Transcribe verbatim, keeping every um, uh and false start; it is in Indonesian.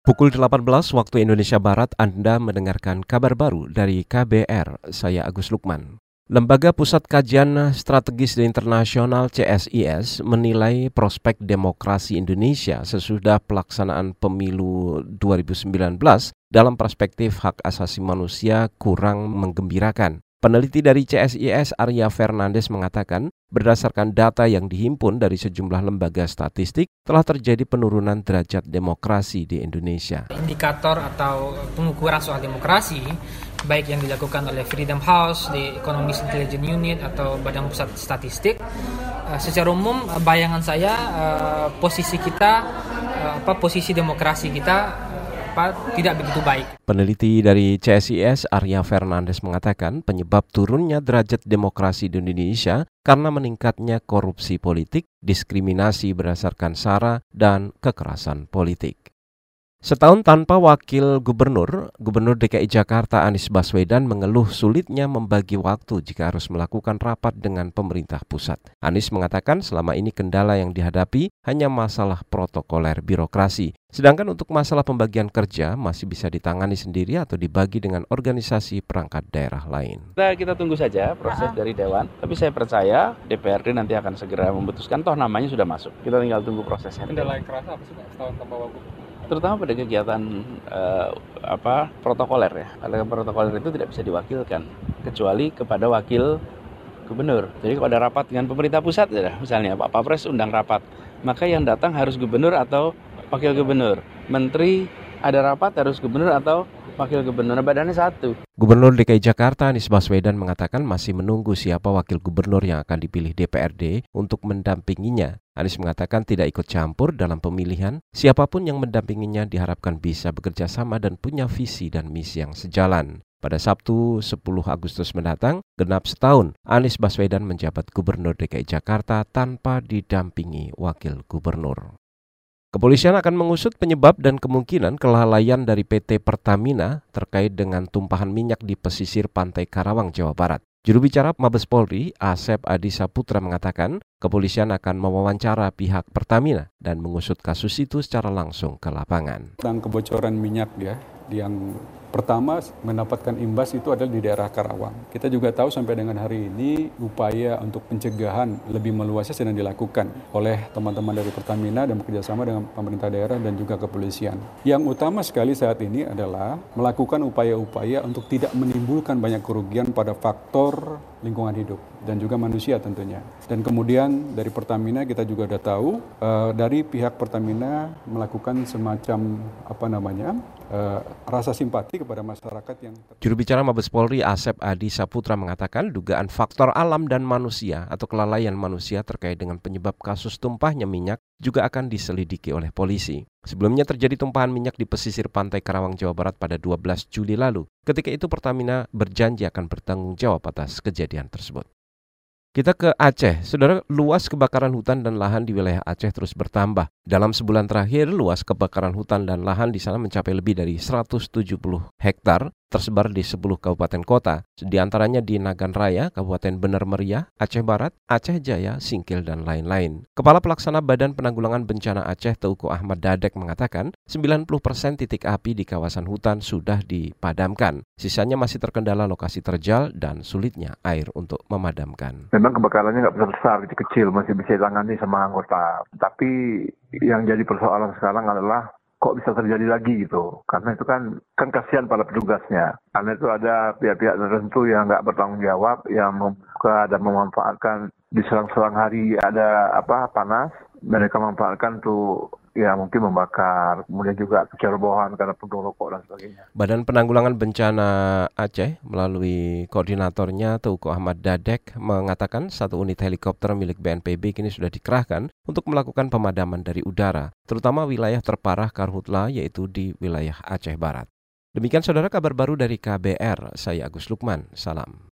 Pukul delapan belas waktu Indonesia Barat, Anda mendengarkan kabar baru dari K B R, saya Agus Lukman. Lembaga Pusat Kajian Strategis dan Internasional C S I S menilai prospek demokrasi Indonesia sesudah pelaksanaan pemilu dua ribu sembilan belas dalam perspektif hak asasi manusia kurang menggembirakan. Peneliti dari C S I S, Arya Fernandes, mengatakan berdasarkan data yang dihimpun dari sejumlah lembaga statistik telah terjadi penurunan derajat demokrasi di Indonesia. Indikator atau pengukuran soal demokrasi, baik yang dilakukan oleh Freedom House, di Economist Intelligence Unit atau Badan Pusat Statistik, secara umum bayangan saya posisi kita, apa posisi demokrasi kita apa, tidak begitu baik. Peneliti dari C S I S, Arya Fernandes, mengatakan penyebab turunnya derajat demokrasi di Indonesia karena meningkatnya korupsi politik, diskriminasi berdasarkan sara, dan kekerasan politik. Setahun tanpa wakil gubernur, Gubernur D K I Jakarta Anies Baswedan mengeluh sulitnya membagi waktu jika harus melakukan rapat dengan pemerintah pusat. Anies mengatakan selama ini kendala yang dihadapi hanya masalah protokoler birokrasi. Sedangkan untuk masalah pembagian kerja masih bisa ditangani sendiri atau dibagi dengan organisasi perangkat daerah lain. Kita, kita tunggu saja proses dari Dewan, tapi saya percaya D P R D nanti akan segera memutuskan, toh namanya sudah masuk. Kita tinggal tunggu prosesnya. Kendala yang kerasa apa sih Pak setahun tanpa wakil? Terutama pada kegiatan uh, apa protokoler ya. Kalau protokoler itu tidak bisa diwakilkan kecuali kepada wakil gubernur. Jadi kalau ada rapat dengan pemerintah pusat ya, misalnya Pak Papres undang rapat, maka yang datang harus gubernur atau wakil gubernur. Menteri ada rapat harus gubernur atau wakil gubernur, badannya satu. Gubernur D K I Jakarta Anies Baswedan mengatakan masih menunggu siapa wakil gubernur yang akan dipilih D P R D untuk mendampinginya. Anies mengatakan tidak ikut campur dalam pemilihan, siapapun yang mendampinginya diharapkan bisa bekerja sama dan punya visi dan misi yang sejalan. Pada Sabtu sepuluh Agustus mendatang, genap setahun, Anies Baswedan menjabat Gubernur D K I Jakarta tanpa didampingi wakil gubernur. Kepolisian akan mengusut penyebab dan kemungkinan kelalaian dari P T Pertamina terkait dengan tumpahan minyak di pesisir pantai Karawang, Jawa Barat. Juru bicara Mabes Polri, Asep Adi Saputra, mengatakan kepolisian akan mewawancara pihak Pertamina dan mengusut kasus itu secara langsung ke lapangan. Tentang kebocoran minyak ya, yang pertama mendapatkan imbas itu adalah di daerah Karawang. Kita juga tahu sampai dengan hari ini upaya untuk pencegahan lebih meluasnya sedang dilakukan oleh teman-teman dari Pertamina dan bekerjasama dengan pemerintah daerah dan juga kepolisian. Yang utama sekali saat ini adalah melakukan upaya-upaya untuk tidak menimbulkan banyak kerugian pada faktor lingkungan hidup dan juga manusia tentunya. Dan kemudian dari Pertamina kita juga sudah tahu uh, dari pihak Pertamina melakukan semacam apa namanya uh, rasa simpati kepada masyarakat yang. Juru bicara Mabes Polri Asep Adi Saputra mengatakan dugaan faktor alam dan manusia atau kelalaian manusia terkait dengan penyebab kasus tumpahnya minyak juga akan diselidiki oleh polisi. Sebelumnya terjadi tumpahan minyak di pesisir pantai Karawang, Jawa Barat pada dua belas Juli lalu. Ketika itu Pertamina berjanji akan bertanggung jawab atas kejadian tersebut. Kita ke Aceh. Saudara, luas kebakaran hutan dan lahan di wilayah Aceh terus bertambah. Dalam sebulan terakhir, luas kebakaran hutan dan lahan di sana mencapai lebih dari seratus tujuh puluh hektar, tersebar di sepuluh kabupaten kota. Di antaranya di Nagan Raya, Kabupaten Bener Meriah, Aceh Barat, Aceh Jaya, Singkil, dan lain-lain. Kepala Pelaksana Badan Penanggulangan Bencana Aceh, Teuku Ahmad Dadek, mengatakan sembilan puluh persen titik api di kawasan hutan sudah dipadamkan. Sisanya masih terkendala lokasi terjal dan sulitnya air untuk memadamkan. Memang kebakarannya nggak besar-besar, kecil-kecil, masih bisa ditangani sama anggota. Tapi yang jadi persoalan sekarang adalah kok bisa terjadi lagi gitu. Karena itu kan kan kasihan pada petugasnya. Karena itu ada pihak-pihak tertentu yang nggak bertanggung jawab, yang membuka dan memanfaatkan di selang-selang hari ada apa panas. Mereka memanfaatkan tuh ya mungkin membakar, kemudian juga kecerobohan karena puntung rokok dan sebagainya. Badan Penanggulangan Bencana Aceh melalui koordinatornya Teuku Ahmad Dadek mengatakan satu unit helikopter milik B N P B kini sudah dikerahkan untuk melakukan pemadaman dari udara, terutama wilayah terparah karhutla yaitu di wilayah Aceh Barat. Demikian saudara kabar baru dari K B R, saya Agus Lukman, salam.